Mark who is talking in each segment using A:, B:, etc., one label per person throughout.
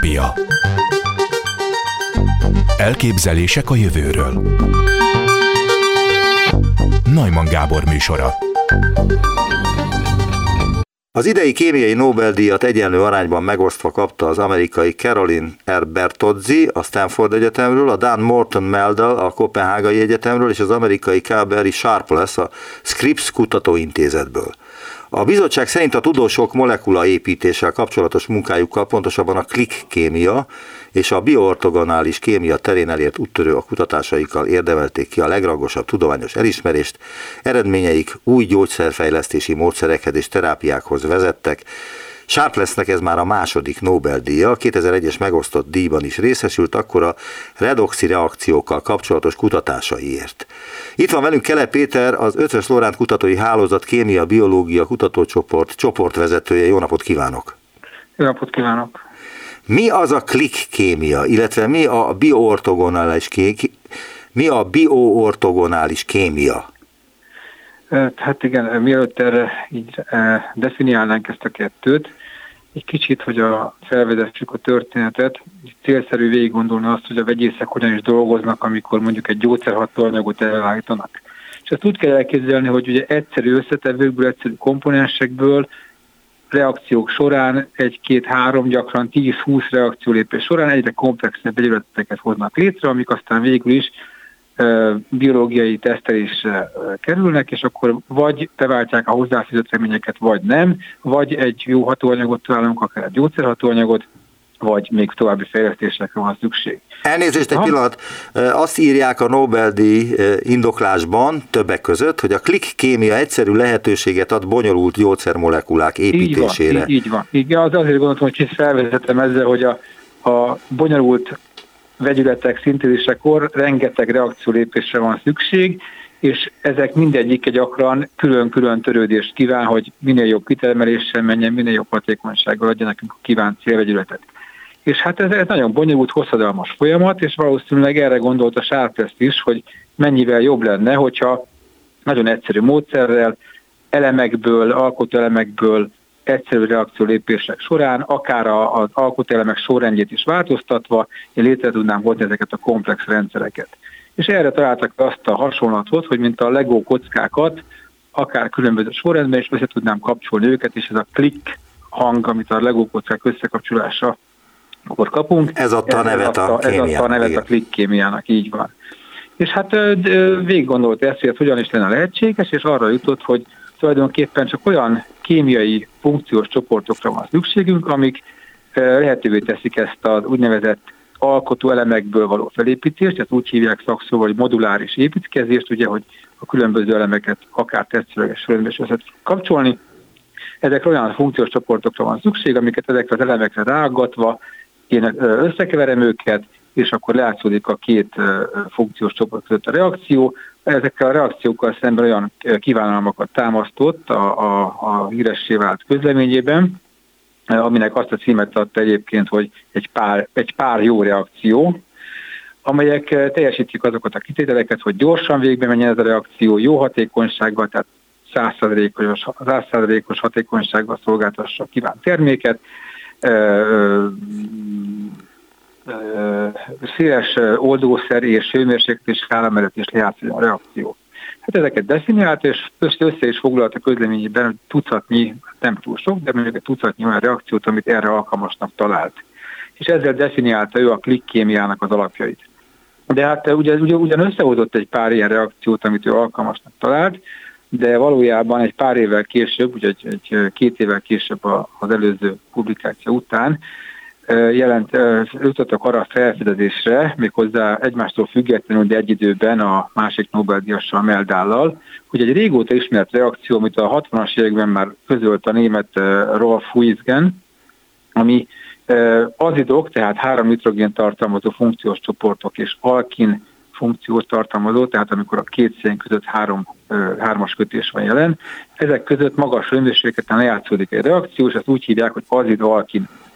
A: Utópia. Elképzelések a jövőről. Neumann Gábor műsora.
B: Az idei kémiai Nobel-díjat egyenlő arányban megosztva kapta az amerikai Caroline R. Bertozzi a Stanford Egyetemről, a dán Morton Meldal a Koppenhágai Egyetemről és az amerikai K. Barry Sharpless a Scripps Kutatóintézetből. A bizottság szerint a tudósok molekulaépítéssel kapcsolatos munkájukkal, pontosabban a click kémia és a bioortogonális kémia terén elért úttörő a kutatásaikkal érdemelték ki a legrangosabb tudományos elismerést, eredményeik új gyógyszerfejlesztési módszerekhez és terápiákhoz vezettek. Sharplessnek ez már a második Nobel-díja, a 2001-es megosztott díjban is részesült, akkor a redoxi reakciókkal kapcsolatos kutatásaiért. Itt van velünk Kele Péter, az Eötvös Loránd Kutatói Hálózat Kémia-Biológia Kutatócsoport csoportvezetője. Jó napot kívánok!
C: Jó napot kívánok!
B: Mi az a click kémia, illetve mi a bioortogonális kémia?
C: Hát igen, mielőtt erre így definiálnánk ezt a kettőt, egy kicsit, hogy felvezessük a történetet, célszerű végig gondolni azt, hogy a vegyészek hogyan is dolgoznak, amikor mondjuk egy gyógyszerhatóanyagot előállítanak. És ezt úgy kell elképzelni, hogy ugye egyszerű összetevőkből, egyszerű komponensekből reakciók során 1-2-3, gyakran 10-20 reakciólépés során egyre komplexebb vegyületeket hoznak létre, amik aztán végül is biológiai tesztelésre kerülnek, és akkor vagy beváltják a hozzáfűzött reményeket, vagy nem, vagy egy jó hatóanyagot találunk, akár egy gyógyszerhatóanyagot, vagy még további fejlesztésekre van szükség.
B: Elnézést egy pillanat, azt írják a Nobel-díj indoklásban többek között, hogy a click kémia egyszerű lehetőséget ad bonyolult gyógyszermolekulák építésére.
C: Így van. Igen, azért gondoltam, hogy kicsit felvezetem ezzel, hogy a bonyolult vegyületek szintézésekor rengeteg reakciólépésre van szükség, és ezek mindegyike gyakran külön-külön törődést kíván, hogy minél jobb kitermeléssel menjen, minél jobb hatékonysággal adja nekünk a kívánt célvegyületet. És hát ez nagyon bonyolult, hosszadalmas folyamat, és valószínűleg erre gondolt a Sharpless is, hogy mennyivel jobb lenne, hogyha nagyon egyszerű módszerrel, alkotóelemekből egyszerű reakciólépések során, akár az alkotóelemek sorrendjét is változtatva, létre tudnám hozni ezeket a komplex rendszereket. És erre találtak azt a hasonlatot, hogy mint a Lego kockákat, akár különböző sorrendben is össze tudnám kapcsolni őket, és ez a click hang, amit a Lego kockák összekapcsolása akkor kapunk.
B: Ez adta a nevet a
C: click kémiának, így van. És hát végig gondolt ezt, hogy hogyan is lenne lehetséges, és arra jutott, hogy tulajdonképpen csak olyan kémiai funkciós csoportokra van szükségünk, amik lehetővé teszik ezt az úgynevezett alkotóelemekből való felépítést, ezt úgy hívják szakszóval, hogy moduláris építkezést, ugye, hogy a különböző elemeket akár tetszőleges sorrendben is össze kapcsolni. Ezekre olyan funkciós csoportokra van szükség, amiket ezekre az elemekre ráaggatva én összekeverem őket, és akkor látszódik a két funkciós csoport között a reakció. Ezekkel a reakciókkal szemben olyan kívánalmakat támasztott a híressé vált közleményében, aminek azt a címet adta egyébként, hogy egy pár jó reakció, amelyek teljesítik azokat a kitételeket, hogy gyorsan végbe menjen ez a reakció, jó hatékonysággal, tehát 100%-os hatékonysággal szolgáltassa a kívánt terméket, széles oldószer és hőmérséklet és skála mellett is lejátszódjon a reakció. Hát ezeket definiált, és össze is foglalt a közleményében, hogy tucatnyi, nem túl sok, de mondjuk egy tucatnyi olyan reakciót, amit erre alkalmasnak talált. És ezzel definiálta ő a click kémiának az alapjait. De hát ugyan összehozott egy pár ilyen reakciót, amit ő alkalmasnak talált, de valójában egy pár évvel később, ugye egy 2 évvel később az előző publikáció után jutottak arra a felfedezésre, méghozzá egymástól függetlenül, de egy időben a másik Nobel-díjassal, Meldállal, hogy egy régóta ismert reakció, amit a 60-as években már közölt a német Rolf Huisgen, ami azidok, tehát 3 nitrogén tartalmazó funkciós csoportok és alkin funkciót tartalmazó, tehát amikor a két szén között 3-as kötés van jelen, ezek között magas hőmérsékleten lejátszódik egy reakció, és ezt úgy hívják, hogy azid-alkin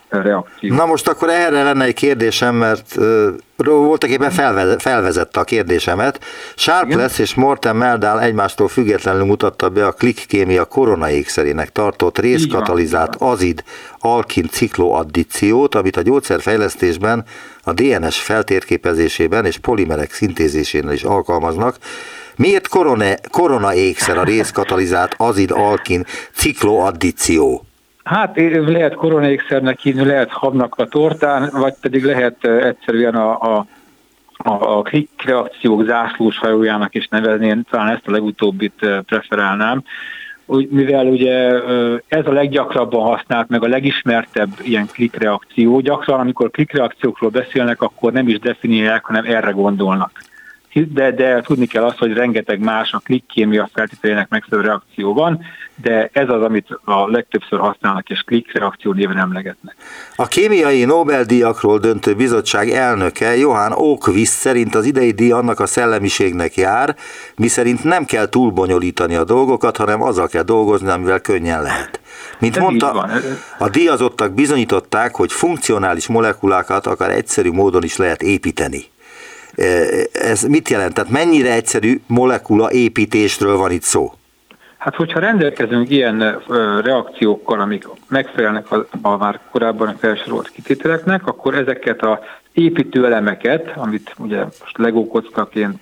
C: reakció.
B: Na most akkor erre lenne egy kérdésem, mert voltak éppen felvezette a kérdésemet. Sharpless és Morten Meldal egymástól függetlenül mutatta be a klikkémia koronaékszerének tartott részkatalizált azid alkin cikloaddíciót, amit a gyógyszerfejlesztésben, a DNS feltérképezésében és polimerek szintézésénél is alkalmaznak. Miért koronaékszer a részkatalizált azid alkin cikloaddíció?
C: Hát lehet koronaékszernek hívni, lehet habnak a tortán, vagy pedig lehet egyszerűen a klik reakciók zászlós hajójának is nevezni, én talán ezt a legutóbbit preferálnám. Mivel ugye ez a leggyakrabban használt, meg a legismertebb ilyen klik reakció, gyakran amikor klik reakciókról beszélnek, akkor nem is definiálják, hanem erre gondolnak. De tudni kell azt, hogy rengeteg más a klikkémia feltételének megfelelő reakció van, de ez az, amit a legtöbbször használnak, és klik reakció néven emlegetnek.
B: A kémiai Nobel-díjakról döntő bizottság elnöke Johann Åkvist szerint az idei díj annak a szellemiségnek jár, miszerint nem kell túlbonyolítani a dolgokat, hanem azzal kell dolgozni, amivel könnyen lehet. Mint mondta, a díjazottak bizonyították, hogy funkcionális molekulákat akár egyszerű módon is lehet építeni. Ez mit jelent? Tehát mennyire egyszerű molekula építésről van itt szó?
C: Hát, hogyha rendelkezünk ilyen reakciókkal, amik megfelelnek a már korábban felsorolt kitételeknek, akkor ezeket az építőelemeket, amit ugye most Lego kockaként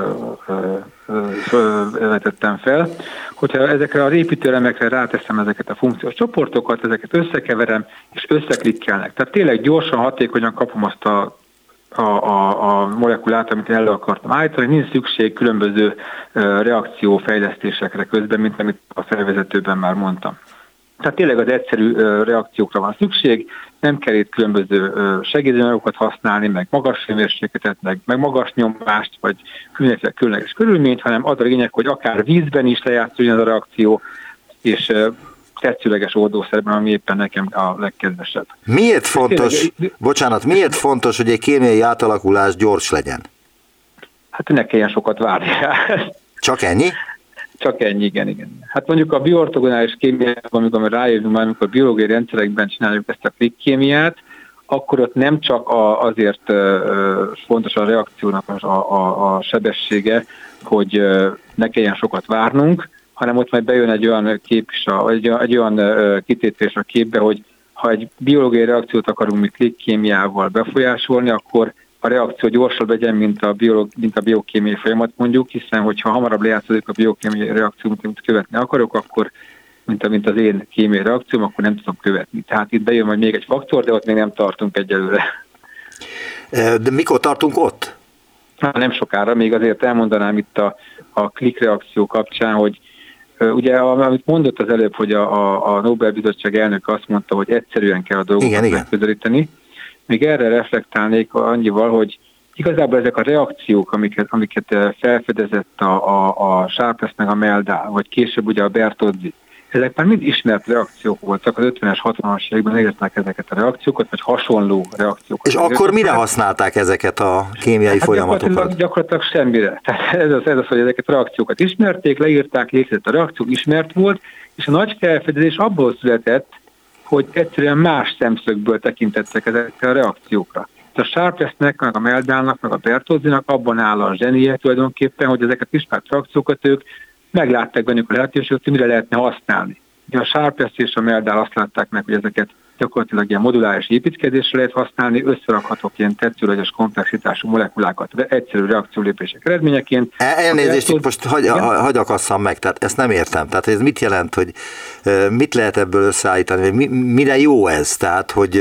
C: vetettem fel, hogyha ezekre az építőelemekre ráteszem ezeket a funkciós csoportokat, ezeket összekeverem, és összeklikkelnek. Tehát tényleg gyorsan, hatékonyan kapom azt a molekulát, amit elő akartam állítani, nincs szükség különböző reakciófejlesztésekre közben, mint amit a felvezetőben már mondtam. Tehát tényleg az egyszerű reakciókra van szükség, nem kell itt különböző segédanyagokat használni, meg magas hőmérsékletet, meg magas nyomást, vagy különleges körülményt, hanem az a lényeg, hogy akár vízben is lejátszódjon az a reakció, és tetszőleges oldószerben, ami éppen nekem a legkedvesebb.
B: Miért fontos, hogy egy kémiai átalakulás gyors legyen?
C: Hát ne kelljen sokat várni rá.
B: Csak ennyi?
C: Csak ennyi, igen. Hát mondjuk a bioortogonális kémiában, amikor rájövünk már, amikor biológiai rendszerekben csináljuk ezt a klikkémiát, akkor ott nem csak azért fontos a reakciónak a sebessége, hogy ne kelljen sokat várnunk, hanem ott majd bejön egy olyan kép is, egy olyan kitétés a képbe, hogy ha egy biológiai reakciót akarunk mi klikkémiával befolyásolni, akkor a reakció gyorsabb legyen, mint a biokémiai folyamat mondjuk, hiszen hogyha hamarabb lejátszódik a biokémiai reakció, mint követni akarok, akkor mint az én kémiai reakcióm, akkor nem tudom követni. Tehát itt bejön majd még egy faktor, de ott még nem tartunk egyelőre.
B: De mikor tartunk ott?
C: Nem sokára, még azért elmondanám itt a klik reakció kapcsán, hogy ugye, amit mondott az előbb, hogy a Nobel-bizottság elnök azt mondta, hogy egyszerűen kell a dolgokat megközelíteni. Még erre reflektálnék annyival, hogy igazából ezek a reakciók, amiket felfedezett a Sharpless meg a Meldal, vagy később ugye a Bertozzi, ezek már mind ismert reakciók voltak, az 50-es, 60-as években éreztek ezeket a reakciókat, vagy hasonló reakciókat.
B: És akkor mire használták ezeket a kémiai folyamatokat?
C: Gyakorlatilag semmire. Tehát ez az, hogy ezeket a reakciókat ismerték, leírták, létezett a reakció, ismert volt, és a nagy felfedezés abból született, hogy egyszerűen más szemszögből tekintettek ezekre a reakciókra. A Sharplessnek, meg a Meldalnak, meg a Bertozzinak abban áll a zsenie tulajdonképpen, hogy ezeket ismert reakciókat ők meglátták bennük a lehetőséget, hogy mire lehetne használni. Ugye a Sharpless és a Meldal azt látták meg, hogy ezeket gyakorlatilag ilyen moduláris építkezésre lehet használni, összerakhatók ilyen tetszőleges komplexitású molekulákat egyszerű reakciólépések eredményeként.
B: Elnézést, itt most hagy akasszam meg, tehát ezt nem értem. Tehát ez mit jelent, hogy mit lehet ebből összeállítani, mire jó ez? Tehát, hogy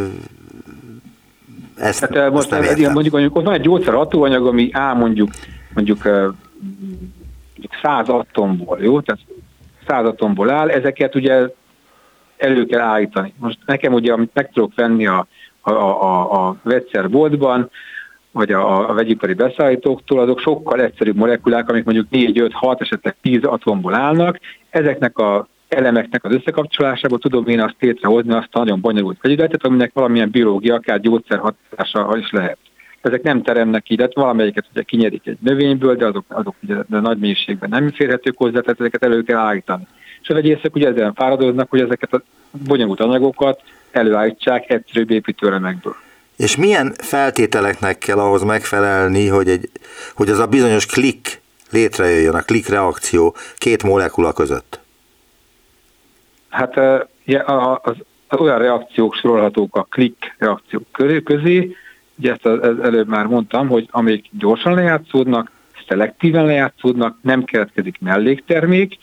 B: ezt
C: most
B: nem értem.
C: Mondjuk ott van egy gyógyszer hatóanyag, ami mondjuk 100 atomból, jó? Tehát 100 atomból áll, ezeket ugye elő kell állítani. Most nekem ugye, amit meg tudok venni a vegyszerboltban, vagy a vegyipari beszállítóktól, azok sokkal egyszerűbb molekulák, amik mondjuk 4, 5, 6, esetleg 10 atomból állnak. Ezeknek az elemeknek az összekapcsolásából tudom én azt létrehozni, azt a nagyon bonyolult vegyületet, aminek valamilyen biológia, akár gyógyszer hatása is lehet. Ezek nem teremnek így, tehát valamelyiket ugye kinyerik egy növényből, de azok ugye de nagy mélységben nem férhetők hozzá, tehát ezeket elő kell állítani. És a vegyészek ugye ezzel fáradoznak, hogy ezeket a bonyolult anyagokat előállítsák egyszerűbb építőelemekből.
B: És milyen feltételeknek kell ahhoz megfelelni, hogy az a bizonyos klik létrejöjjön, a klik reakció két molekula között?
C: Hát olyan reakciók sorolhatók a klik reakciók közé, ugye ezt előbb már mondtam, hogy amelyik gyorsan lejátszódnak, szelektíven lejátszódnak, nem keletkezik melléktermék,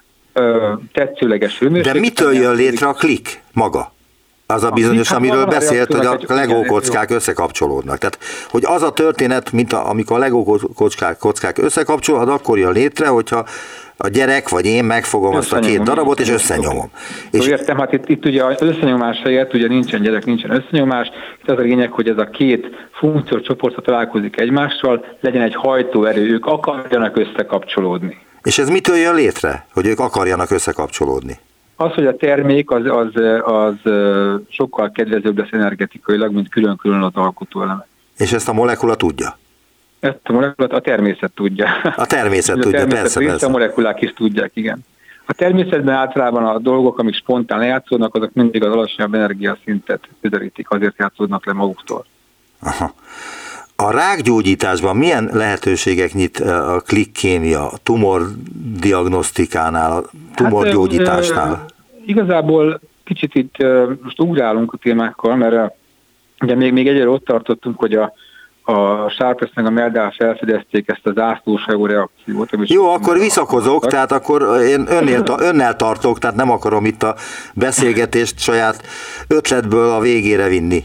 C: tetszőleges hőmérséklet.
B: De mitől jön létre a klik maga? Az a bizonyos, amiről beszélt, hogy a Lego kockák összekapcsolódnak. Tehát, hogy az a történet, mint amikor a Lego kockák összekapcsolódnak, akkor jön létre, hogyha a gyerek vagy én megfogom azt a két darabot, és összenyomom.
C: És értem, hát itt ugye az összenyomás helyett ugye nincsen gyerek, nincsen összenyomás, itt az a lényeg, hogy ez a két funkciós csoport találkozik egymással, legyen egy hajtóerő, ők akarjanak összekapcsolódni.
B: És ez mitől jön létre, hogy ők akarjanak összekapcsolódni?
C: Az, hogy a termék az sokkal kedvezőbb lesz energetikailag, mint külön-külön az alkotóeleme.
B: És ezt a molekula tudja?
C: Ezt a molekulát a természet tudja.
B: A természet tudja, persze.
C: A molekulák is tudják, igen. A természetben általában a dolgok, amik spontán lejátszódnak, azok mindig az alacsonyabb energiaszintet közelítik, azért játszódnak le maguktól.
B: Aha. A rákgyógyításban milyen lehetőségek nyit a klikkémia, a tumordiagnosztikánál, a tumorgyógyításnál?
C: Hát, igazából kicsit itt most ugrálunk a témákkal, mert ugye még egyre ott tartottunk, hogy a Sharpless meg a Meldal felfedezték ezt az ászlóshajó reakciót.
B: Jó, akkor visszakozok, tehát akkor én önnel tartok, tehát nem akarom itt a beszélgetést saját ötletből a végére vinni.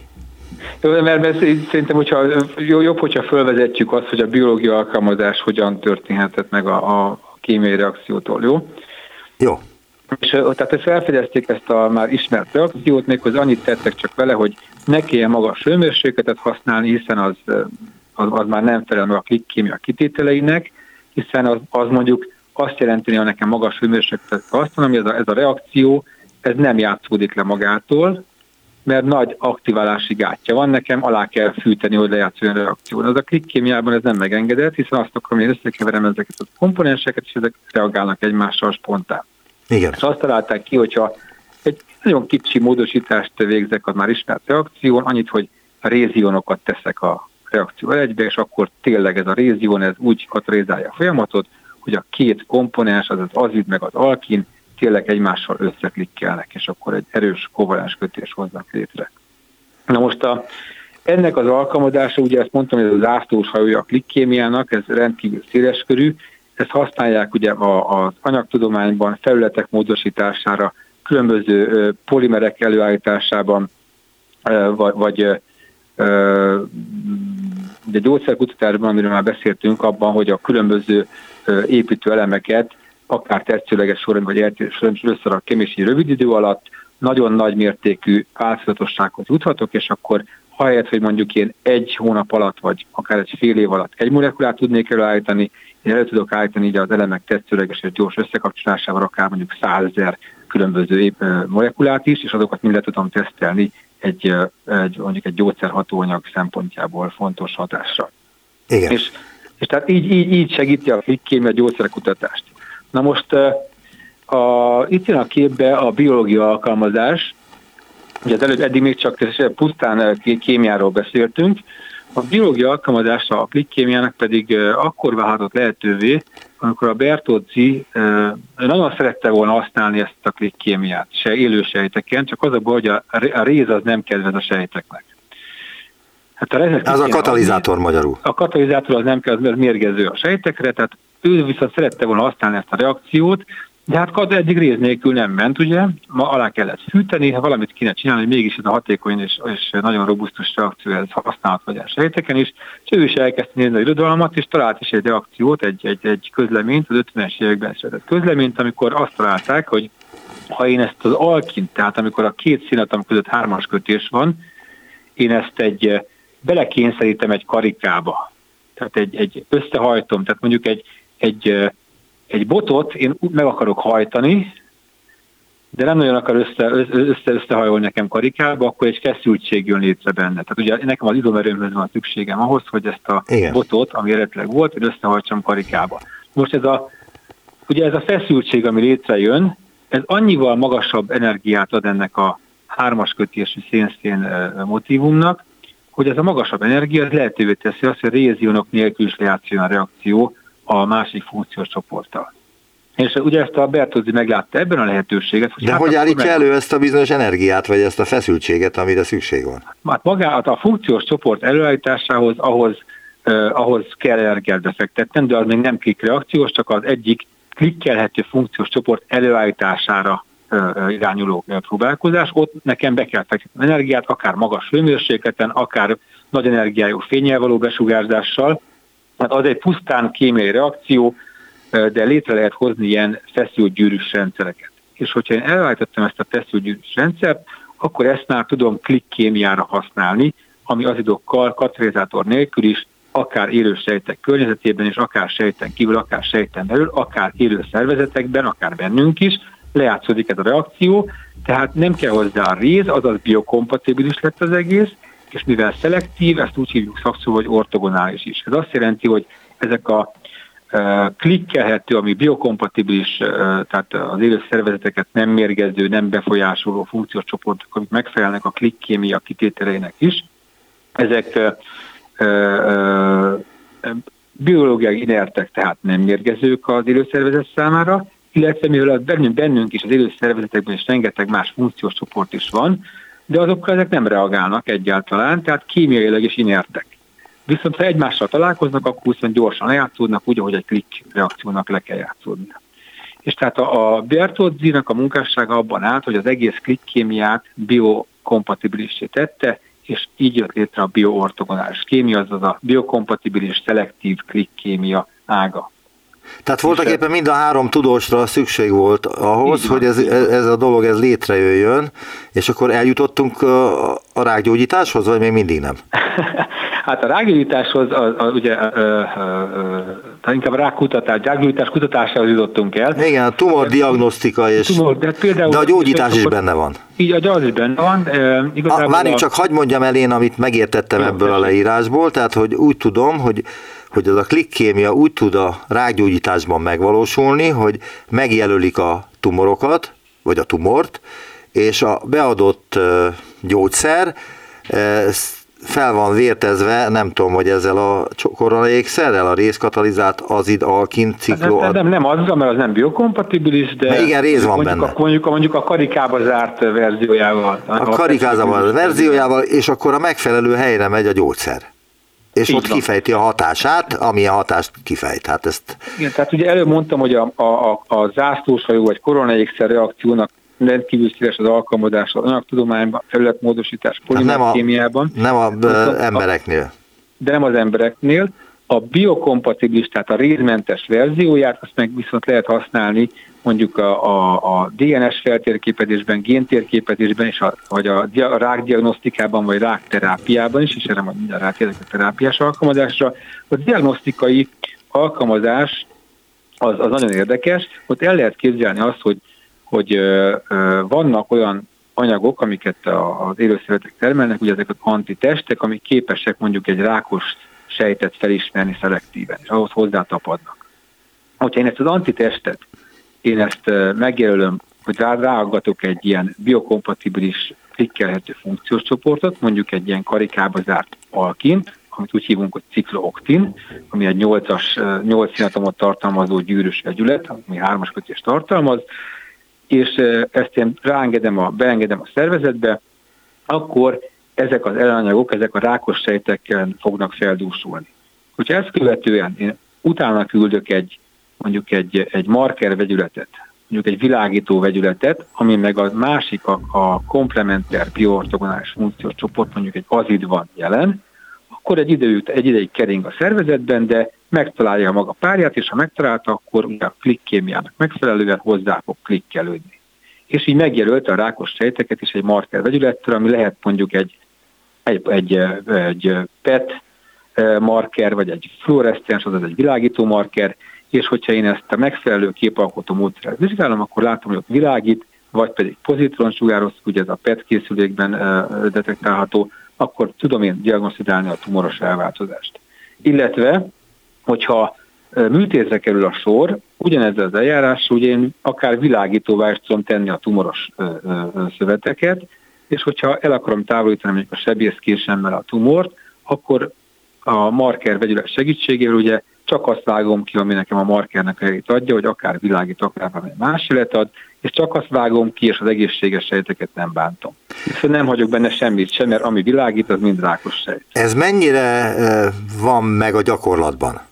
C: Mert szerintem, jobb, hogyha felvezetjük azt, hogy a biológia alkalmazás hogyan történhetett meg a kémiai reakciótól, jó?
B: Jó.
C: És tehát felfedezték ezt a már ismert reakciót, méghozzá annyit tettek csak vele, hogy ne kelljen magas hőmérsékletet használni, hiszen az már nem felel meg a klikkémia kitételeinek, hiszen az mondjuk azt jelenteni, hogy nekem magas hőmérsékletet használom, hogy ez a reakció, ez nem játszódik le magától, mert nagy aktiválási gátja van nekem, alá kell fűteni, hogy lejátszódjon a reakció. Az a klikkémiában ez nem megengedett, hiszen azt akarom, hogy összekeverem ezeket a komponenseket, és ezek reagálnak egymással spontán.
B: Igen.
C: És azt találták ki, hogyha egy nagyon kicsi módosítást végzek az már ismert reakción, annyit, hogy a rézionokat teszek a reakció egybe, és akkor tényleg ez a rézion, ez úgy katalizálja a folyamatot, hogy a két komponens, az azid meg az alkin tényleg egymással összeklikkelnek, és akkor egy erős kovalens kötés hoznak létre. Na most ennek az alkalmazása, ugye ezt mondtam, hogy ez az ászlós hajója a klikkémiának, ez rendkívül széleskörű, ezt használják ugye az anyagtudományban, felületek módosítására, különböző polimerek előállításában, vagy de gyógyszerkutatásban, amiről már beszéltünk, abban, hogy a különböző építőelemeket akár tetszőleges sorrend vagy eltérő sorrend összerakjam, és így rövid idő alatt nagyon nagy mértékű változatossághoz juthatok, és akkor ahelyett, hogy mondjuk én egy hónap alatt, vagy akár egy fél év alatt egy molekulát tudnék előállítani, én elő tudok állítani így az elemek tetszőleges és gyors összekapcsolásával akár mondjuk 100 000 különböző molekulát is, és azokat mind le tudom tesztelni mondjuk egy gyógyszerhatóanyag szempontjából fontos hatásra.
B: Igen.
C: És tehát így segíti a klikkémia gyógyszerkutatást. Na most itt jön a képbe a biológia alkalmazás, ugye az előbb eddig még csak pusztán kémiáról beszéltünk, a biológia alkalmazása a klikkémiának pedig akkor válhatott lehetővé, amikor a Bertozzi nagyon szerette volna használni ezt a klikkémiát élő sejteken, csak az a baj, hogy a réz az nem kedvez a sejteknek. Hát
B: ez a katalizátor magyarul.
C: A katalizátor az nem kell, az mérgező a sejtekre, tehát ő viszont szerette volna használni ezt a reakciót, de hát eddig réz nélkül nem ment, ugye, ma alá kellett fűteni, ha valamit kéne csinálni, hogy mégis ez a hatékony és nagyon robusztus reakció, ez használat vagy a sejteken is, és ő is elkezdte nézni a irodalmat, és talált is egy reakciót, egy közleményt, az 50-es években született közleményt, amikor azt találták, hogy ha én ezt az alkint, tehát amikor a két színatom között 3-as kötés van, én ezt belekényszerítem egy karikába, tehát egy összehajtom, tehát mondjuk egy botot én meg akarok hajtani, de nem nagyon akar összehajolni nekem karikába, akkor egy feszültség jön létre benne. Tehát ugye nekem az izomerőmhöz van szükségem ahhoz, hogy ezt a botot, ami eredetileg volt, én összehajtsam karikába. Most ez a feszültség, ami létrejön, ez annyival magasabb energiát ad ennek a hármas kötésű szén-szén motívumnak, hogy ez a magasabb energia ez lehetővé teszi azt, hogy a rézionok nélkül is lejátszódjon a reakció a másik funkciós csoporttal. És ugye ezt a Bertozzi meglátta ebben a lehetőséget.
B: De hogy állítja elő ezt a bizonyos energiát, vagy ezt a feszültséget, amire szükség van?
C: Hát magát a funkciós csoport előállításához, ahhoz kell energiát befektetni, de az még nem klikreakciós, csak az egyik klikkelhető funkciós csoport előállítására irányuló próbálkozás. Ott nekem be kell fektetni energiát, akár magas hőmérsékleten, akár nagy energiájú fénnyel való besugárzással. Hát az egy pusztán kémiai reakció, de létre lehet hozni ilyen feszült gyűrűs rendszereket. És hogyha én előállítottam ezt a feszült gyűrűs rendszert, akkor ezt már tudom klikkémiára használni, ami azidokkal, katalizátor nélkül is, akár élő sejtek környezetében is, akár sejten kívül, akár sejten belül, akár élő szervezetekben, akár bennünk is, lejátszódik ez a reakció, tehát nem kell hozzá a réz, azaz biokompatibilis lett az egész, és mivel szelektív, ezt úgy hívjuk szakszóval, hogy ortogonális is. Ez azt jelenti, hogy ezek a klikkelhető, ami biokompatibilis, tehát az élő szervezeteket nem mérgező, nem befolyásoló funkciós csoportok, amik megfelelnek a klikkémia kitételeinek is, ezek biológiai inertek, tehát nem mérgezők az élőszervezet számára, illetve mivel bennünk is az élőszervezetekben is rengeteg más funkciós csoport is van, de azokkal ezek nem reagálnak egyáltalán, tehát kémiailag is inertek. Viszont ha egymással találkoznak, akkor viszont gyorsan lejátszódnak, úgy, ahogy egy klik reakciónak le kell játszódnia. És tehát a Bertozzinak a munkássága abban állt, hogy az egész klikkémiát biokompatibilissé tette, és így jött létre a bioortogonális kémia, azaz a biokompatibilis szelektív klikkémia ága.
B: Tehát voltak éppen mind a három tudósra szükség volt ahhoz, hogy ez a dolog ez létrejöjjön, és akkor eljutottunk a rákgyógyításhoz, vagy még mindig nem?
C: Hát a rákgyógyításhoz, ugye inkább a rákkutatás kutatásához jutottunk el.
B: Igen, a tumordiagnosztika de a gyógyítás is benne van.
C: Így, az is benne van.
B: Várjunk csak, hagyd mondjam el én, amit megértettem ebből a leírásból, tehát hogy úgy tudom, hogy az a klikkémia úgy tud a rákgyógyításban megvalósulni, hogy megjelölik a tumorokat, vagy a tumort, és a beadott gyógyszer fel van vértezve, nem tudom, hogy ezzel a csokoraékszerrel, a rézkatalizált azid alkin ciklo...
C: Nem az, mert az nem biokompatibilis, de
B: igen, réz van benne.
C: Mondjuk a karikába zárt verziójával.
B: A karikázával verziójával, és akkor a megfelelő helyre megy a gyógyszer. És így ott van. Kifejti a hatását, amilyen hatást kifejt. Hát ezt...
C: Igen, tehát ugye előbb mondtam, hogy a zászlóshajó vagy koronaékszer reakciónak rendkívül széles az alkalmazása az anyagtudományban, felületmódosítás, polimerkémiában.
B: Nem az embereknél.
C: De nem az embereknél. A biokompatibilis, tehát a rézmentes verzióját, azt meg viszont lehet használni mondjuk a DNS feltérképezésben, géntérképezésben, vagy a rákdiagnosztikában, vagy rákterápiában is, és erre majd mindjárt rátérek a terápiás alkalmazásra. A diagnosztikai alkalmazás az nagyon érdekes, ott el lehet képzelni azt, hogy vannak olyan anyagok, amiket az élőszervezetek termelnek, ugye ezek az antitestek, amik képesek mondjuk egy rákos sejtet felismerni szelektíven, és ahhoz hozzátapadnak. Hogyha én ezt az antitestet, én ezt megjelölöm, hogy ráaggatok egy ilyen biokompatibilis klikkelhető funkciós csoportot, mondjuk egy ilyen karikába zárt alkint, amit úgy hívunk, hogy ciklooktin, ami egy 8 színatomot tartalmazó gyűrűs vegyület, ami 3-as kötést tartalmaz, és ezt én beengedem a szervezetbe, akkor ezek az ellenanyagok, ezek a rákos sejtekkel fognak feldúsulni. Hogyha ezt követően én utána küldök mondjuk egy marker vegyületet, mondjuk egy világító vegyületet, ami meg a másik a komplementer bioortogonális funkciós csoport, mondjuk egy azid van jelen, akkor egy ideig kering a szervezetben, de megtalálja a maga párját, és ha megtalálta, akkor a klikkémiának megfelelően hozzá fog klikkelődni. És így megjelölte a rákos sejteket is egy marker vegyülettel, ami lehet mondjuk egy PET marker, vagy egy fluoreszcens, azaz egy világító marker, és hogyha én ezt a megfelelő képalkotó módszerrel vizsgálom, akkor látom, hogy ott világít, vagy pedig pozitron sugároz, ugye ez a PET készülékben detektálható, akkor tudom én diagnosztizálni a tumoros elváltozást. Illetve, hogyha műtétre kerül a sor, ugyanezzel az eljárással, ugye én akár világítóvá is tudom tenni a tumoros szöveteket, és hogyha el akarom távolítani mondjuk a sebészkésemmel a tumort, akkor a marker vegyület segítségével ugye csak azt vágom ki, ami nekem a markernek a helyét adja, hogy akár világít, akár valami más jelet ad, és csak azt vágom ki, és az egészséges sejteket nem bántom. Viszont nem hagyok benne semmit sem, mert ami világít, az mind rákos sejt.
B: Ez mennyire van meg a gyakorlatban?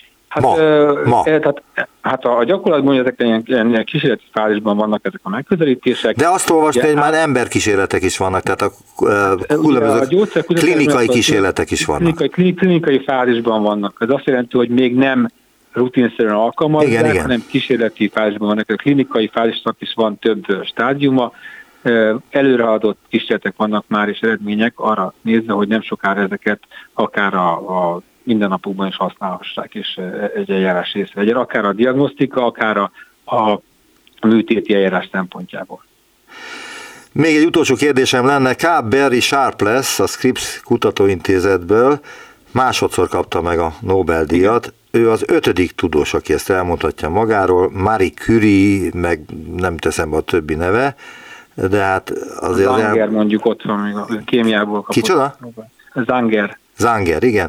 C: Hát a gyakorlatban ezek ilyen kísérleti fázisban vannak ezek a megközelítések.
B: De azt olvasni, hogy már emberkísérletek is vannak, tehát a klinikai kísérletek is vannak.
C: Klinikai fázisban vannak. Ez azt jelenti, hogy még nem rutinszerűen alkalmazzák, hanem kísérleti fázisban vannak. A klinikai fázisnak is van több stádiuma. Előreadott kísérletek vannak már, és eredmények arra nézve, hogy nem sokára ezeket akár a mindennapokban is használhassák, és egy eljárás részre legyen, akár a diagnosztika, akár a műtéti eljárás szempontjából.
B: Még egy utolsó kérdésem lenne, K. Barry Sharpless a Scripps Kutatóintézetből másodszor kapta meg a Nobel-díjat. Ő az 5. tudós, aki ezt elmondhatja magáról, Marie Curie, meg nem teszem be a többi neve, de hát azért...
C: Zanger mondjuk ott van, még a kémiából kapott.
B: Kicsoda? Zanger, igen.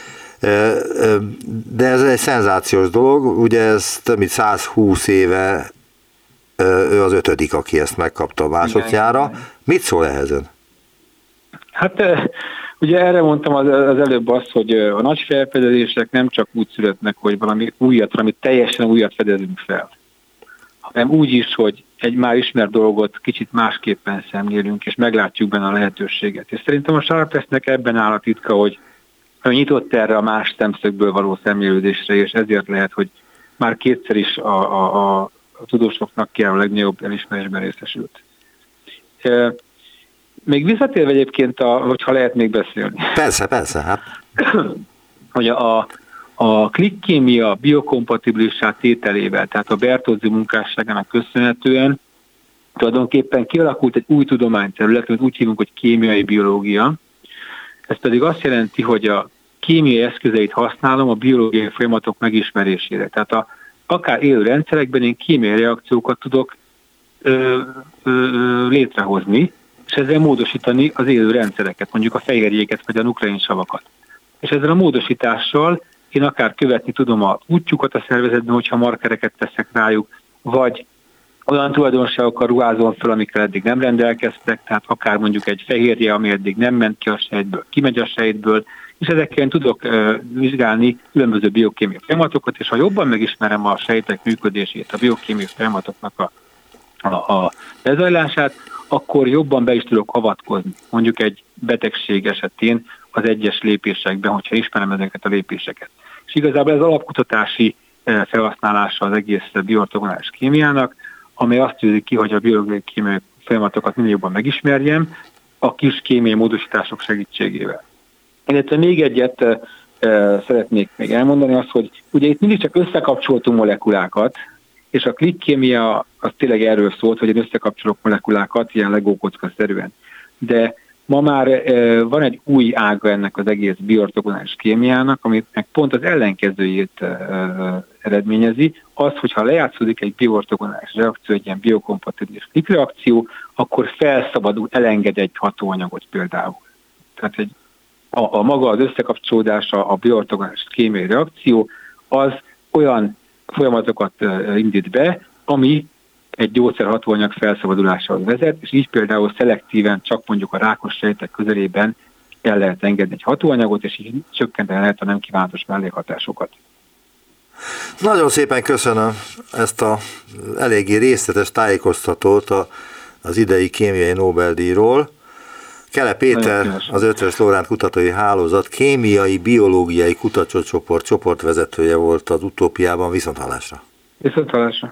B: De ez egy szenzációs dolog, ugye ez több mint 120 éve ő az 5., aki ezt megkapta a másodjára. Mit szól ehhez ön?
C: Hát ugye erre mondtam az előbb azt, hogy a nagy felfedezések nem csak úgy születnek, hogy valami újat, valami teljesen újat fedezünk fel, hanem úgy is, hogy egy már ismert dolgot kicsit másképpen szemlélünk, és meglátjuk benne a lehetőséget. És szerintem a Sharplessnek ebben áll a titka, hogy nyitott erre a más szemszögből való szemlélődésre, és ezért lehet, hogy már kétszer is a tudósoknak ki a legnagyobb elismerésben részesült. Még visszatérve egyébként, hogyha lehet még beszélni.
B: Persze. Hát.
C: Hogy a klikkémia biokompatibilissá tételével, tehát a Bertozzi munkásságának köszönhetően tulajdonképpen kialakult egy új tudományterület, amit úgy hívunk, hogy kémiai biológia. Ez pedig azt jelenti, hogy a kémiai eszközeit használom a biológiai folyamatok megismerésére. Tehát akár élő rendszerekben én kémiai reakciókat tudok létrehozni, és ezzel módosítani az élő rendszereket, mondjuk a fehérjéket vagy a nukleinsavakat. És ezzel a módosítással én akár követni tudom az útjukat a szervezetben, hogyha markereket teszek rájuk, vagy olyan tulajdonságokkal ruházom fel, amikkel eddig nem rendelkeztek, tehát akár mondjuk egy fehérje, ami eddig nem ment ki a sejtből, kimegy a sejtből, és ezekkel tudok vizsgálni különböző biokémiai folyamatokat, és ha jobban megismerem a sejtek működését, a biokémiai folyamatoknak a lezajlását, akkor jobban be is tudok avatkozni. Mondjuk egy betegség esetén az egyes lépésekben, hogyha ismerem ezeket a lépéseket. És igazából ez alapkutatási felhasználása az egész bioortogonális kémiának, amely azt tűzik ki, hogy a biológiai kémiai folyamatokat minél jobban megismerjem a kis kémiai módosítások segítségével. Illetve még egyet szeretnék még elmondani, az, hogy ugye itt mindig csak összekapcsoltunk molekulákat, és a klikkémia az tényleg erről szólt, hogy én összekapcsolok molekulákat, ilyen legókocka-szerűen. De ma már van egy új ága ennek az egész bioortogonális kémiának, aminek pont az ellenkezőjét eredményezi, az, hogyha lejátszódik egy bioortogonális reakció, egy ilyen biokompatibilis klikreakció, akkor felszabadul, elenged egy hatóanyagot például. Tehát a maga az összekapcsolódása, a bioortogonális kémiai reakció, az olyan folyamatokat indít be, ami egy gyógyszer hatóanyag felszabadulásához vezet, és így például szelektíven csak mondjuk a rákos sejtek közelében el lehet engedni egy hatóanyagot, és így csökkenteni lehet a nem kívánatos mellékhatásokat.
B: Nagyon szépen köszönöm ezt a eléggé részletes tájékoztatót az idei kémiai Nobel-díjról. Kele Péter, az Eötvös Loránd Kutatói Hálózat kémiai biológiai kutatócsoport csoportvezetője volt az Utópiában. Viszonthallásra!
C: Viszonthallásra!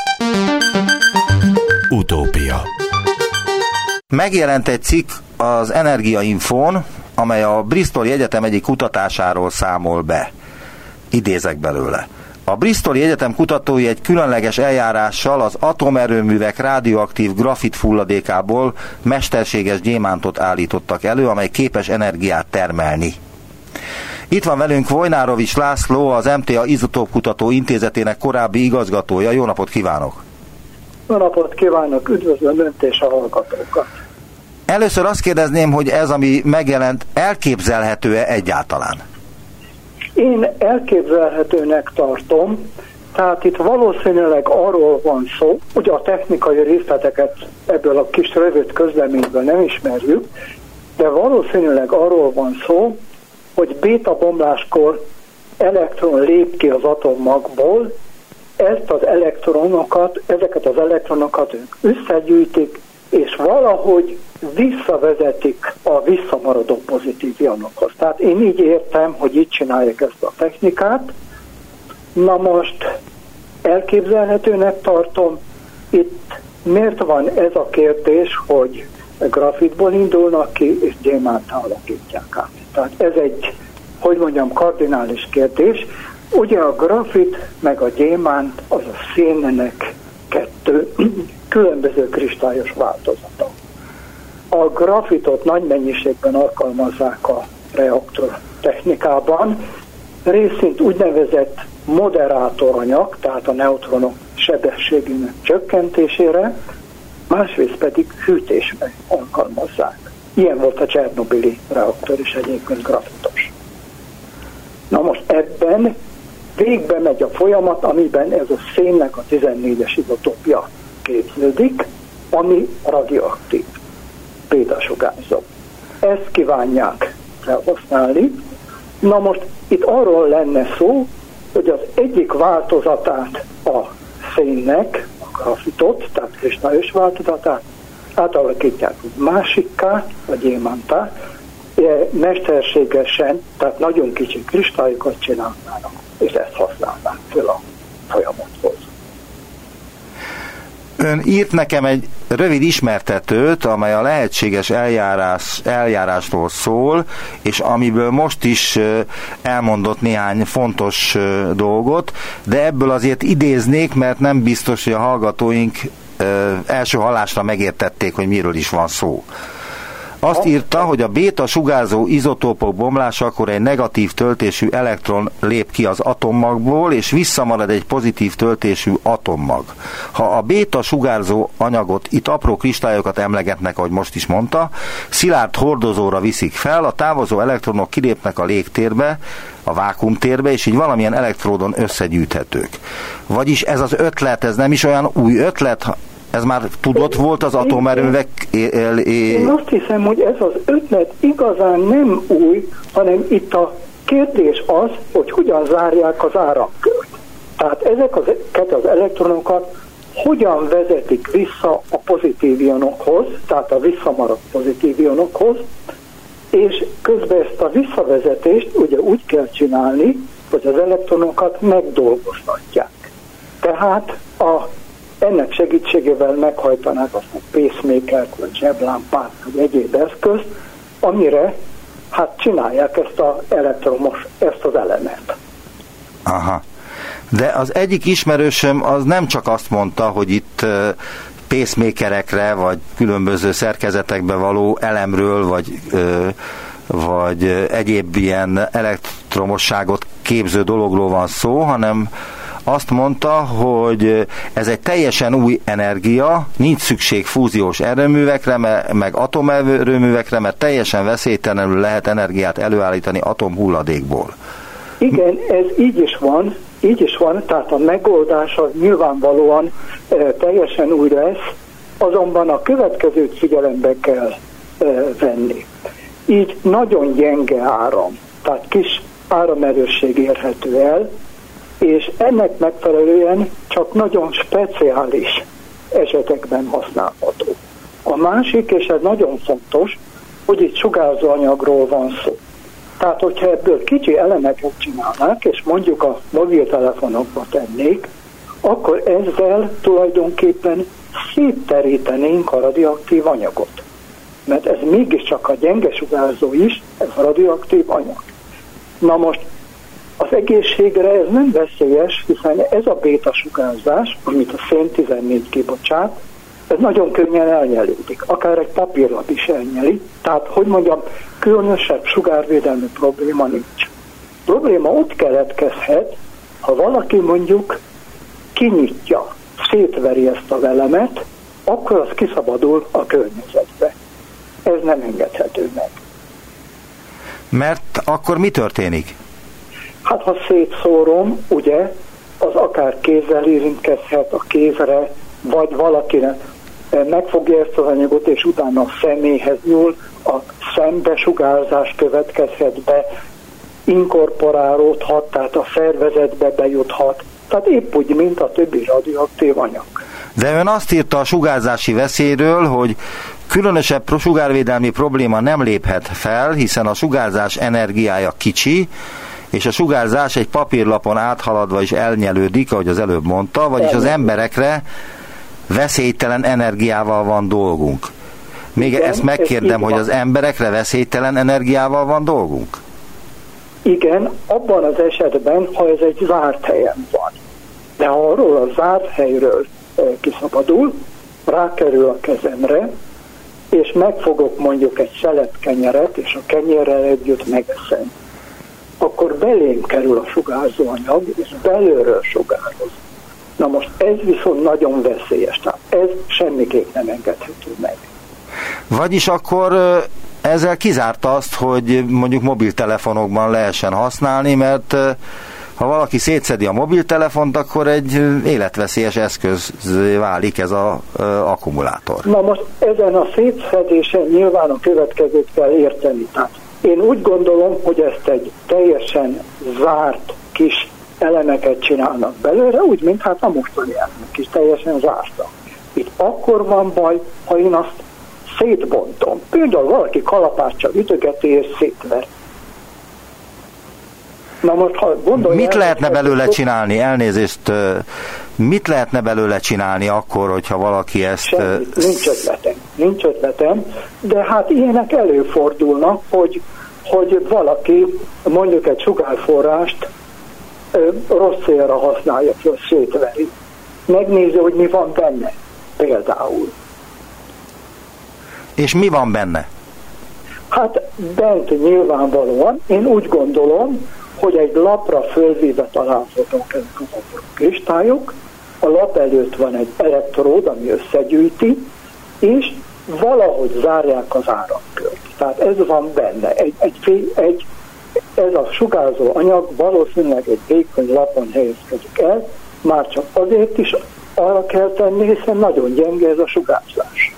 A: Utópia.
B: Megjelent egy cikk az Energiainfón, amely a Bristoli Egyetem egyik kutatásáról számol be. Idézek belőle. A Bristoli Egyetem kutatói egy különleges eljárással az atomerőművek radioaktív grafit fulladékából mesterséges gyémántot állítottak elő, amely képes energiát termelni. Itt van velünk Vojnárovics László, az MTA Izotópkutató Intézetének korábbi igazgatója. Jó napot kívánok!
D: Jó napot kívánok, üdvözlöm Önt és a hallgatókat!
B: Először azt kérdezném, hogy ez, ami megjelent, elképzelhető-e egyáltalán?
D: Én elképzelhetőnek tartom, tehát itt valószínűleg arról van szó, ugye a technikai részleteket ebből a kis rövid közleményből nem ismerjük, de valószínűleg arról van szó, hogy béta bomláskor elektron lép ki az atommagból, ezeket az elektronokat ők összegyűjtik, és valahogy visszavezetik a visszamaradó pozitív ionokhoz. Tehát én így értem, hogy így csinálják ezt a technikát. Na most elképzelhetőnek tartom, itt miért van ez a kérdés, hogy grafitból indulnak ki, és gyémánttá alakítják át. Tehát ez egy, kardinális kérdés. Ugye a grafit meg a gyémánt az a szénnek kettő különböző kristályos változata. A grafitot nagy mennyiségben alkalmazzák a reaktor technikában, részint úgynevezett moderátoranyag, tehát a neutronok sebességének csökkentésére, másrészt pedig hűtésre alkalmazzák. Ilyen volt a csernobili reaktor is egyébként grafitos. Na most ebben végbe megy a folyamat, amiben ez a szénnek a 14-es izotópja képződik, ami radioaktív, bétasugárzó. Ezt kívánják felhasználni. Na most itt arról lenne szó, hogy az egyik változatát a szénnek, a grafitot, tehát kristályos változatát átalakítják másikká, a gyémánttá, mesterségesen, tehát nagyon kicsi kristályokat csinálnának, és ezt használnák fel a folyamathoz.
B: Ön írt nekem egy rövid ismertetőt, amely a lehetséges eljárásról szól, és amiből most is elmondott néhány fontos dolgot, de ebből azért idéznék, mert nem biztos, hogy a hallgatóink első hallásra megértették, hogy miről is van szó. Azt írta, hogy a béta sugárzó izotópok bomlásakor egy negatív töltésű elektron lép ki az atommagból, és visszamarad egy pozitív töltésű atommag. Ha a béta sugárzó anyagot, itt apró kristályokat emlegetnek, ahogy most is mondta, szilárd hordozóra viszik fel, a távozó elektronok kilépnek a légtérbe, a vákuumtérbe, és így valamilyen elektródon összegyűjthetők. Vagyis ez az ötlet, ez nem is olyan új ötlet, ez már tudott volt az atomerőművek...
D: Én azt hiszem, hogy ez az ötlet igazán nem új, hanem itt a kérdés az, hogy hogyan zárják az áramkört. Tehát ezeket az elektronokat hogyan vezetik vissza a pozitív ionokhoz, tehát a visszamaradt pozitív ionokhoz, és közben ezt a visszavezetést ugye úgy kell csinálni, hogy az elektronokat megdolgoztatják. Tehát ennek segítségével meghajtanák azt a pacemaker-t, vagy zseblámpát, vagy egyéb eszközt, amire csinálják ezt az elemet.
B: Aha. De az egyik ismerősöm az nem csak azt mondta, hogy itt pacemakerekre, vagy különböző szerkezetekbe való elemről, vagy egyéb ilyen elektromosságot képző dologról van szó, hanem azt mondta, hogy ez egy teljesen új energia, nincs szükség fúziós erőművekre, meg atomerőművekre, mert teljesen veszélytelenül lehet energiát előállítani atomhulladékból.
D: Igen, ez így is van, tehát a megoldás az nyilvánvalóan teljesen új lesz, azonban a következőt figyelembe kell venni. Így nagyon gyenge áram, tehát kis áramerősség érhető el, és ennek megfelelően csak nagyon speciális esetekben használható. A másik, és ez nagyon fontos, hogy itt sugárzóanyagról van szó. Tehát, hogyha ebből kicsi elemeket csinálnák, és mondjuk a mobiltelefonokba tennék, akkor ezzel tulajdonképpen szétterítenénk a radioaktív anyagot. Mert ez mégiscsak a gyenge sugárzó is, ez a radioaktív anyag. Na most az egészségre ez nem veszélyes, hiszen ez a béta-sugárzás, amit a szén 14 kibocsát, ez nagyon könnyen elnyelődik. Akár egy papírlap is elnyeli. Tehát, különösebb sugárvédelmi probléma nincs. Probléma ott keletkezhet, ha valaki mondjuk kinyitja, szétveri ezt a velemet, akkor az kiszabadul a környezetbe. Ez nem engedhető meg.
B: Mert akkor mi történik?
D: Hát ha szétszórom, ugye, az akár kézzel érintkezhet a kézre, vagy valakinek megfogja ezt az anyagot, és utána a szeméhez nyúl, a szembesugárzás következhet be, inkorporálódhat, tehát a szervezetbe bejuthat. Tehát épp úgy, mint a többi radioaktív anyag.
B: De ön azt írta a sugárzási veszélyről, hogy különösebb sugárvédelmi probléma nem léphet fel, hiszen a sugárzás energiája kicsi, és a sugárzás egy papírlapon áthaladva is elnyelődik, ahogy az előbb mondta, vagyis az emberekre veszélytelen energiával van dolgunk. Még igen, ezt megkérdem, hogy az emberekre veszélytelen energiával van dolgunk?
D: Igen, abban az esetben, ha ez egy zárt helyen van. De ha arról a zárt helyről kiszabadul, rákerül a kezemre, és megfogok mondjuk egy szelet kenyeret, és a kenyerrel együtt megeszem, akkor belém kerül a sugárzóanyag, és belülről sugároz. Na most ez viszont nagyon veszélyes, tehát ez semmiképp nem engedhető meg.
B: Vagyis akkor ezzel kizárta azt, hogy mondjuk mobiltelefonokban lehessen használni, mert ha valaki szétszedi a mobiltelefont, akkor egy életveszélyes eszközzé válik ez az akkumulátor.
D: Na most ezen a szétszedésen nyilván a következőt kell érteni. Tehát én úgy gondolom, hogy ezt egy teljesen zárt kis elemeket csinálnak belőle, úgy, mint hát a mostani elemek is teljesen zártak. Itt akkor van baj, ha én azt szétbontom. Például valaki kalapáccsal ütögeti és szétver. Na most, ha
B: mit lehetne belőle csinálni? Elnézést, mit lehetne belőle csinálni akkor, hogyha valaki ezt...
D: Semmit, nincs ötletem, de hát ilyenek előfordulnak, hogy valaki mondjuk egy sugárforrást rossz célra használja, hogy szétveri. Megnézi, hogy mi van benne, például.
B: És mi van benne?
D: Hát bent nyilvánvalóan, én úgy gondolom, hogy egy lapra fölvéve találhatók ezek az apró kristályok, a lap előtt van egy elektród, ami összegyűjti, és valahogy zárják az áramkört. Tehát ez van benne. Ez a sugárzó anyag valószínűleg egy vékony lapon helyezkedik el, már csak azért is arra kell tenni, hiszen nagyon gyenge ez a sugárzás.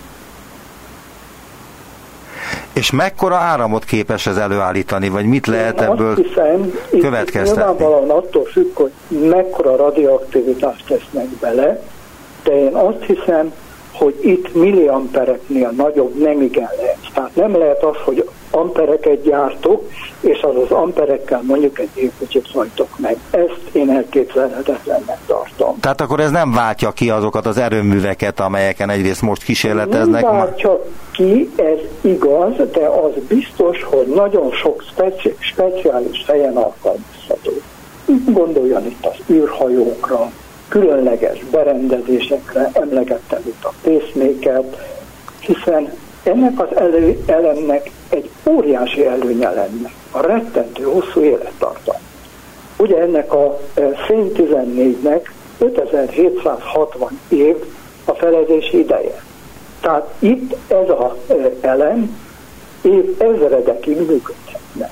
B: És mekkora áramot képes ez előállítani, vagy mit lehet ebből következtetni?
D: Nyilvánvalóan attól függ, hogy mekkora radioaktivitást tesznek bele, de én azt hiszem, hogy itt milliampereknél nagyobb nem igen lehet. Tehát nem lehet az, hogy ampereket gyártok, és az amperekkel mondjuk egy gépkocsit hajtok meg. Ezt én elképzelhetetlennek tartom.
B: Tehát akkor ez nem váltja ki azokat az erőműveket, amelyeken egyrészt most kísérleteznek?
D: Nem váltja ki, ez igaz, de az biztos, hogy nagyon sok speciális helyen alkalmazható. Gondoljon itt az űrhajókra, különleges berendezésekre, emlegettem itt a pacemakert, hiszen ennek az elemnek egy óriási előnye lenne, a rettentő hosszú élettartam. Ugye ennek a szén 14-nek 5760 év a felezési ideje. Tehát itt ez az elem év ezredekig működhetne.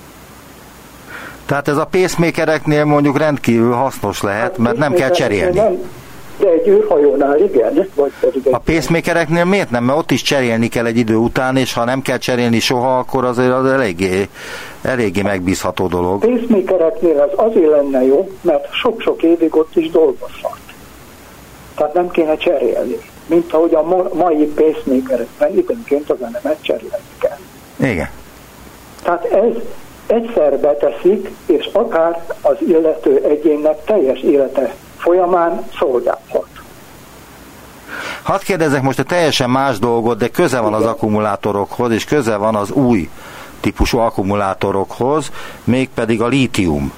B: Tehát ez a pacemakereknél mondjuk rendkívül hasznos lehet, mert nem kell cserélni.
D: De egy űrhajónál igen. Vagy pedig
B: a pacemakereknél miért nem? Mert ott is cserélni kell egy idő után, és ha nem kell cserélni soha, akkor azért az eléggé megbízható dolog.
D: A pacemakereknél ez azért lenne jó, mert sok-sok évig ott is dolgozhat. Tehát nem kéne cserélni. Mint ahogy a mai pacemakerekben időnként az elemet cserélni kell.
B: Igen.
D: Tehát ez egyszer beteszik, és akár az illető egyénnek teljes élete folyamán szolgálhat.
B: Hadd kérdezzek most egy teljesen más dolgot, de köze van az akkumulátorokhoz, és köze van az új típusú akkumulátorokhoz, mégpedig a lítium.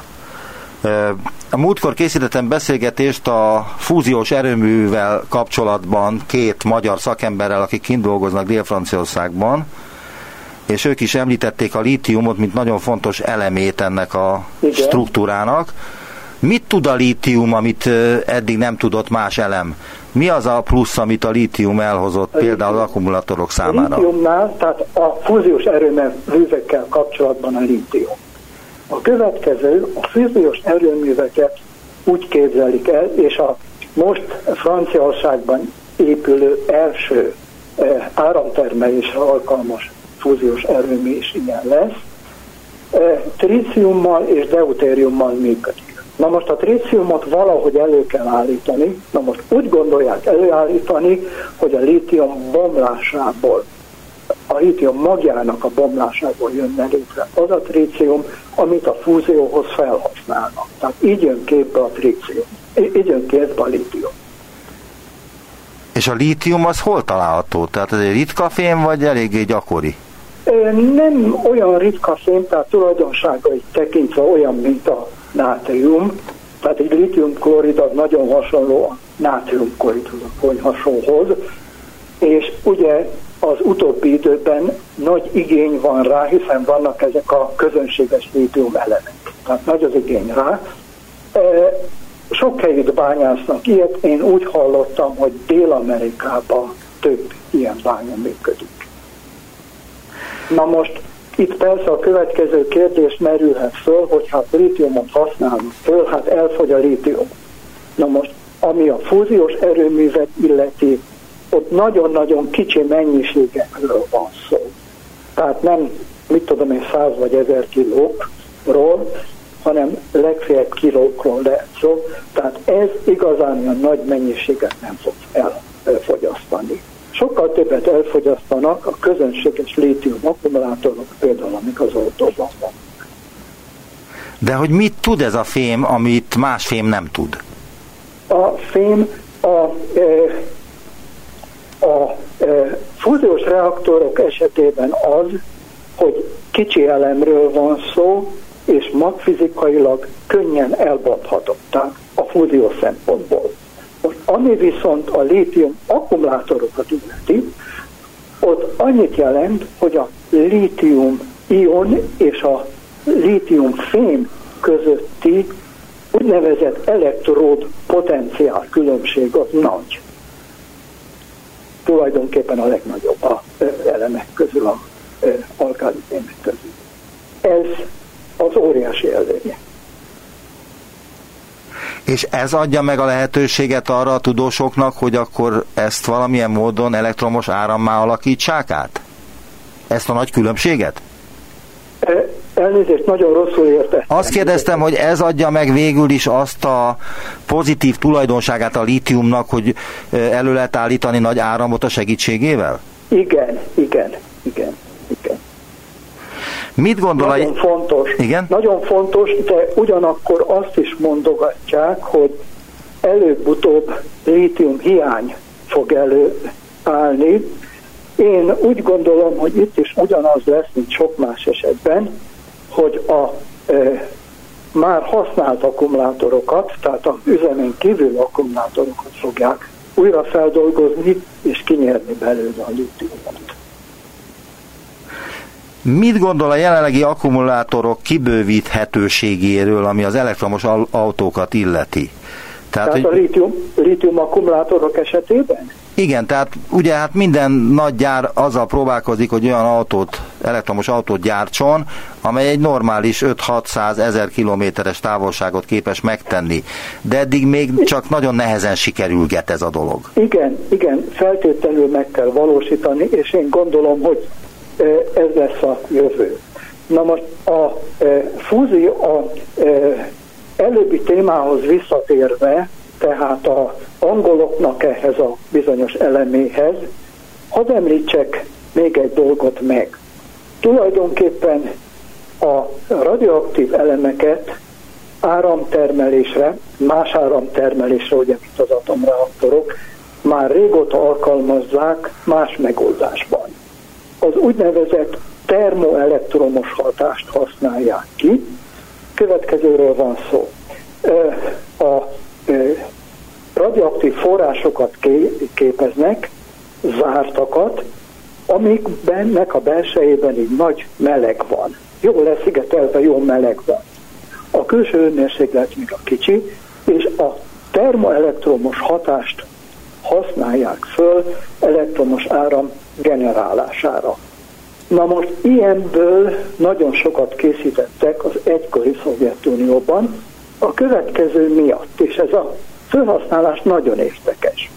B: A múltkor készítettem beszélgetést a fúziós erőművel kapcsolatban két magyar szakemberrel, akik kint dolgoznak Dél-Franciaországban, és ők is említették a lítiumot, mint nagyon fontos elemét ennek a struktúrának. Mit tud a lítium, amit eddig nem tudott más elem? Mi az a plusz, amit a lítium elhozott például az akkumulátorok számára?
D: A lítiumnál, tehát a fúziós erőművekkel kapcsolatban a lítium. A következő, a fúziós erőműveket úgy képzelik el, és a most Franciaországban épülő első áramtermelésre alkalmas fúziós erőmű is ilyen lesz, tríciummal és deutériummal működik. Na most a tríciumot valahogy elő kell állítani, na most úgy gondolják előállítani, hogy a lítium bomlásából, a lítium magjának a bomlásából jönne létre az a trícium, amit a fúzióhoz felhasználnak. Tehát így jön képbe a trícium, így jön képbe a lítium.
B: És a lítium az hol található? Tehát ez egy ritka fém, vagy eléggé gyakori?
D: Nem olyan ritka fém, tehát tulajdonságait tekintve olyan, mint a nátrium. Tehát egy lítiumklorid az nagyon hasonló a nátriumkloridhoz, a konyhasóhoz. És ugye az utóbbi időben nagy igény van rá, hiszen vannak ezek a közönséges lítium elemek. Tehát nagy az igény rá. Sok helyütt bányásznak ilyet, én úgy hallottam, hogy Dél-Amerikában több ilyen bánya működik. Na most itt persze a következő kérdés merülhet föl, hogy hát lítiumot használnak föl, hát elfogy a lítium. Na most, ami a fúziós erőművet illeti, ott nagyon-nagyon kicsi mennyiségekről van szó. Tehát nem, 100 vagy 1000 kilókról, hanem legfeljebb kilókról lehet szó. Tehát ez igazán ilyen nagy mennyiséget nem fog elfogyasztani. Sokkal többet elfogyasztanak a közönséges lítium akkumulátorok, például amik az autóban vannak.
B: De hogy mit tud ez a fém, amit más fém nem tud?
D: A fém a fúziós reaktorok esetében az, hogy kicsi elemről van szó, és magfizikailag könnyen elbonthatók a fúzió szempontból. Most, ami viszont a lítium akkumulátorokat illeti, ott annyit jelent, hogy a lítium ion és a lítium fém közötti úgynevezett elektród potenciál különbség az nagy. Tulajdonképpen a legnagyobb az elemek közül, az alkáli fémek közül. Ez az óriási előnye.
B: És ez adja meg a lehetőséget arra a tudósoknak, hogy akkor ezt valamilyen módon elektromos árammá alakítsák át? Ezt a nagy különbséget?
D: Elnézést, nagyon rosszul értettem.
B: Azt kérdeztem, hogy ez adja meg végül is azt a pozitív tulajdonságát a lítiumnak, hogy elő lehet állítani nagy áramot a segítségével?
D: Igen.
B: Mit gondol?
D: Nagyon fontos.
B: Igen?
D: Nagyon fontos, de ugyanakkor azt is mondogatják, hogy előbb-utóbb lítium hiány fog előállni. Én úgy gondolom, hogy itt is ugyanaz lesz, mint sok más esetben, hogy a már használt akkumulátorokat, tehát az üzemen kívül akkumulátorokat fogják újra feldolgozni és kinyerni belőle a lítiumot.
B: Mit gondol a jelenlegi akkumulátorok kibővíthetőségéről, ami az elektromos autókat illeti? Tehát
D: a lítium akkumulátorok esetében?
B: Igen, tehát ugye hát minden nagy gyár azzal próbálkozik, hogy olyan elektromos autót gyártson, amely egy normális 5-600 ezer kilométeres távolságot képes megtenni. De eddig még csak nagyon nehezen sikerülget ez a dolog. Igen, feltétlenül meg kell valósítani, és én gondolom, hogy ez lesz a jövő. Na most a fúzió, előbbi témához visszatérve, tehát az angoloknak ehhez a bizonyos eleméhez, hadd említsek még egy dolgot meg. Tulajdonképpen a radioaktív elemeket áramtermelésre, más áramtermelésre, ugye mint az atomreaktorok, már régóta alkalmazzák más megoldásban. Az úgynevezett termoelektromos hatást használják ki. Következőről van szó. A radioaktív forrásokat képeznek, zártakat, amiknek a belsejében így nagy meleg van. Jól leszigetelve, jó meleg van.
D: a külső hőmérséklet még a kicsi, és a termoelektromos hatást használják föl elektromos áram generálására. Na most ilyenből nagyon sokat készítettek az egykori Szovjetunióban a következő miatt, és ez a felhasználás nagyon érdekes.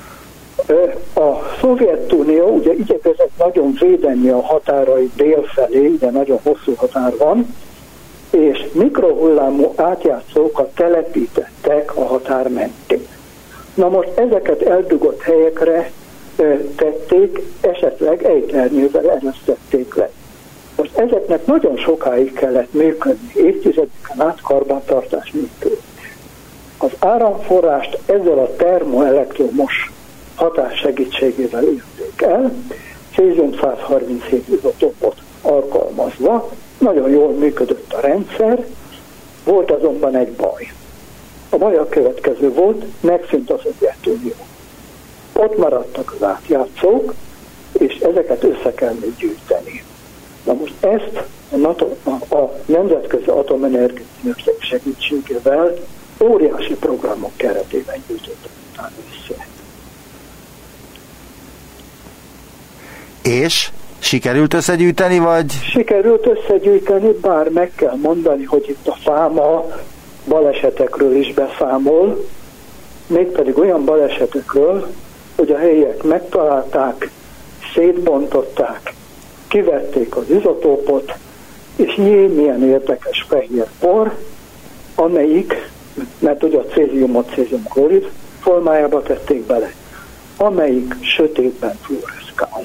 D: A Szovjetunió ugye igyekezett nagyon védeni a határai délfelé, de nagyon hosszú határ van, és mikrohullámú átjátszókat telepítettek a határ mentén. Na most ezeket eldugott helyekre tették, esetleg ejtőernyővel eresztették le. Most ezeknek nagyon sokáig kellett működni, évtizedeken át karbantartás nélkül. Az áramforrást ezzel a termoelektromos hatás segítségével érték el, cézium-137 izotópot alkalmazva, nagyon jól működött a rendszer, volt azonban egy baj. A baj a következő volt, megszűnt a Szovjetunió. Ott maradtak az átjátszók, és ezeket össze kell még gyűjteni. Na most ezt a Nemzetközi Atomenergia Ügynökség segítségével óriási programok keretében gyűjtöttek utána össze.
B: És sikerült összegyűjteni, vagy? Sikerült
D: összegyűjteni, bár meg kell mondani, hogy itt a fáma balesetekről is beszámol, mégpedig olyan balesetekről, hogy a helyiek megtalálták, szétbontották, kivették az izotópot, és milyen érdekes fehér por, amelyik, mert ugye a céziumot céziumklorid formájába tették bele, amelyik sötétben fluoreszkál.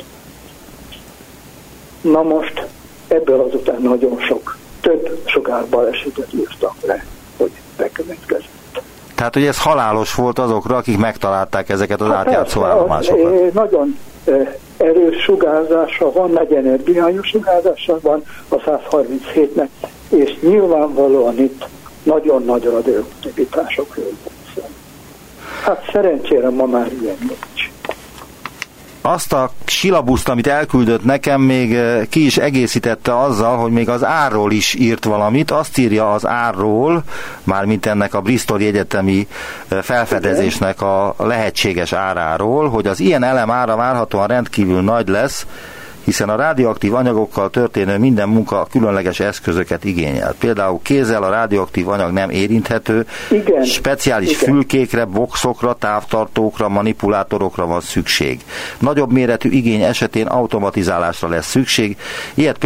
D: Na most ebből azután nagyon több sugárbalesetet írtak le, hogy bekövetkezett.
B: Tehát, hogy ez halálos volt azokra, akik megtalálták ezeket az átjátszó állomásokat.
D: Nagyon erős sugárzása van, nagy energiájú sugárzása van a 137-nek, és nyilvánvalóan itt nagyon nagy radioaktivitásokról van. Hát szerencsére ma már ilyen nincs.
B: Azt a silabuszt, amit elküldött nekem, még ki is egészítette azzal, hogy még az árról is írt valamit. Azt írja az árról, mármint ennek a Bristoli egyetemi felfedezésnek a lehetséges áráról, hogy az ilyen elem ára várhatóan rendkívül nagy lesz, hiszen a radioaktív anyagokkal történő minden munka különleges eszközöket igényel. Például kézzel a radioaktív anyag nem érinthető, speciális fülkékre, boxokra, távtartókra, manipulátorokra van szükség. Nagyobb méretű igény esetén automatizálásra lesz szükség. Ilyet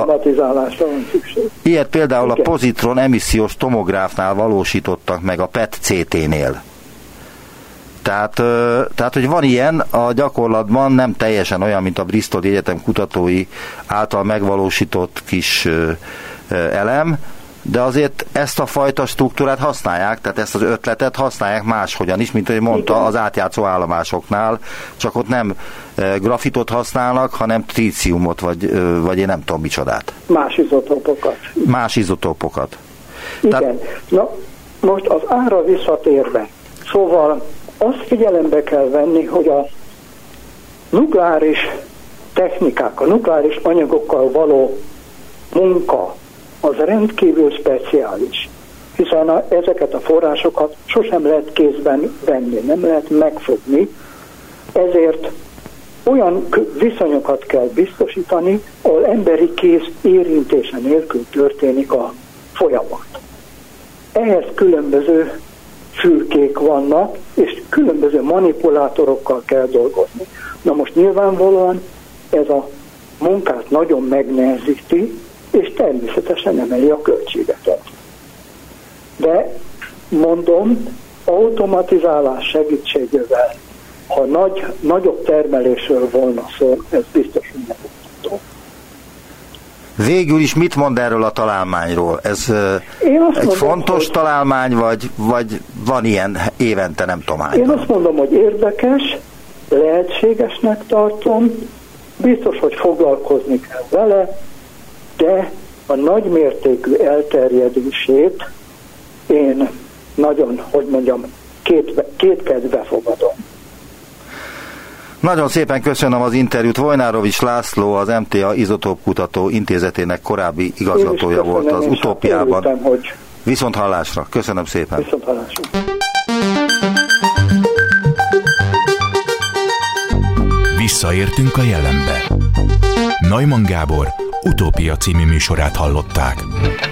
B: például a pozitron emissziós tomográfnál valósítottak meg a PET-CT-nél. Tehát, hogy van ilyen, a gyakorlatban nem teljesen olyan, mint a Bristol Egyetem kutatói által megvalósított kis elem, de azért ezt a fajta struktúrát használják, tehát ezt az ötletet használják máshogyan is, mint ahogy mondta, az átjátszó állomásoknál, csak ott nem grafitot használnak, hanem tríciumot, vagy én nem tudom micsodát. Más izotópokat.
D: Igen. Na, most az ára visszatérve. Szóval azt figyelembe kell venni, hogy a nukleáris technikák, a nukleáris anyagokkal való munka az rendkívül speciális, hiszen ezeket a forrásokat sosem lehet kézben venni, nem lehet megfogni, ezért olyan viszonyokat kell biztosítani, ahol emberi kéz érintése nélkül történik a folyamat. Ehhez különböző fülkék vannak, és különböző manipulátorokkal kell dolgozni. Na most nyilvánvalóan ez a munkát nagyon megnehezíti, és természetesen emeli a költségeket. De mondom, automatizálás segítségével, ha nagyobb termelésről volna szó, ez biztos, hogy nem tudható.
B: Végül is mit mond erről a találmányról? Ez egy fontos találmány, vagy van ilyen évente, nem tudom hány?
D: Én azt mondom, hogy érdekes, lehetségesnek tartom, biztos, hogy foglalkozni kell vele, de a nagymértékű elterjedését én nagyon, kétkedve fogadom.
B: Nagyon szépen köszönöm az interjút. Vojnárovics László, az MTA Izotópkutató Intézetének korábbi igazgatója volt az Utópiában.
D: Örültem, hogy
B: Viszont hallásra. Köszönöm szépen.
D: Viszont hallásra.
A: Visszaértünk a jelenbe. Neumann Gábor Utópia című műsorát hallották.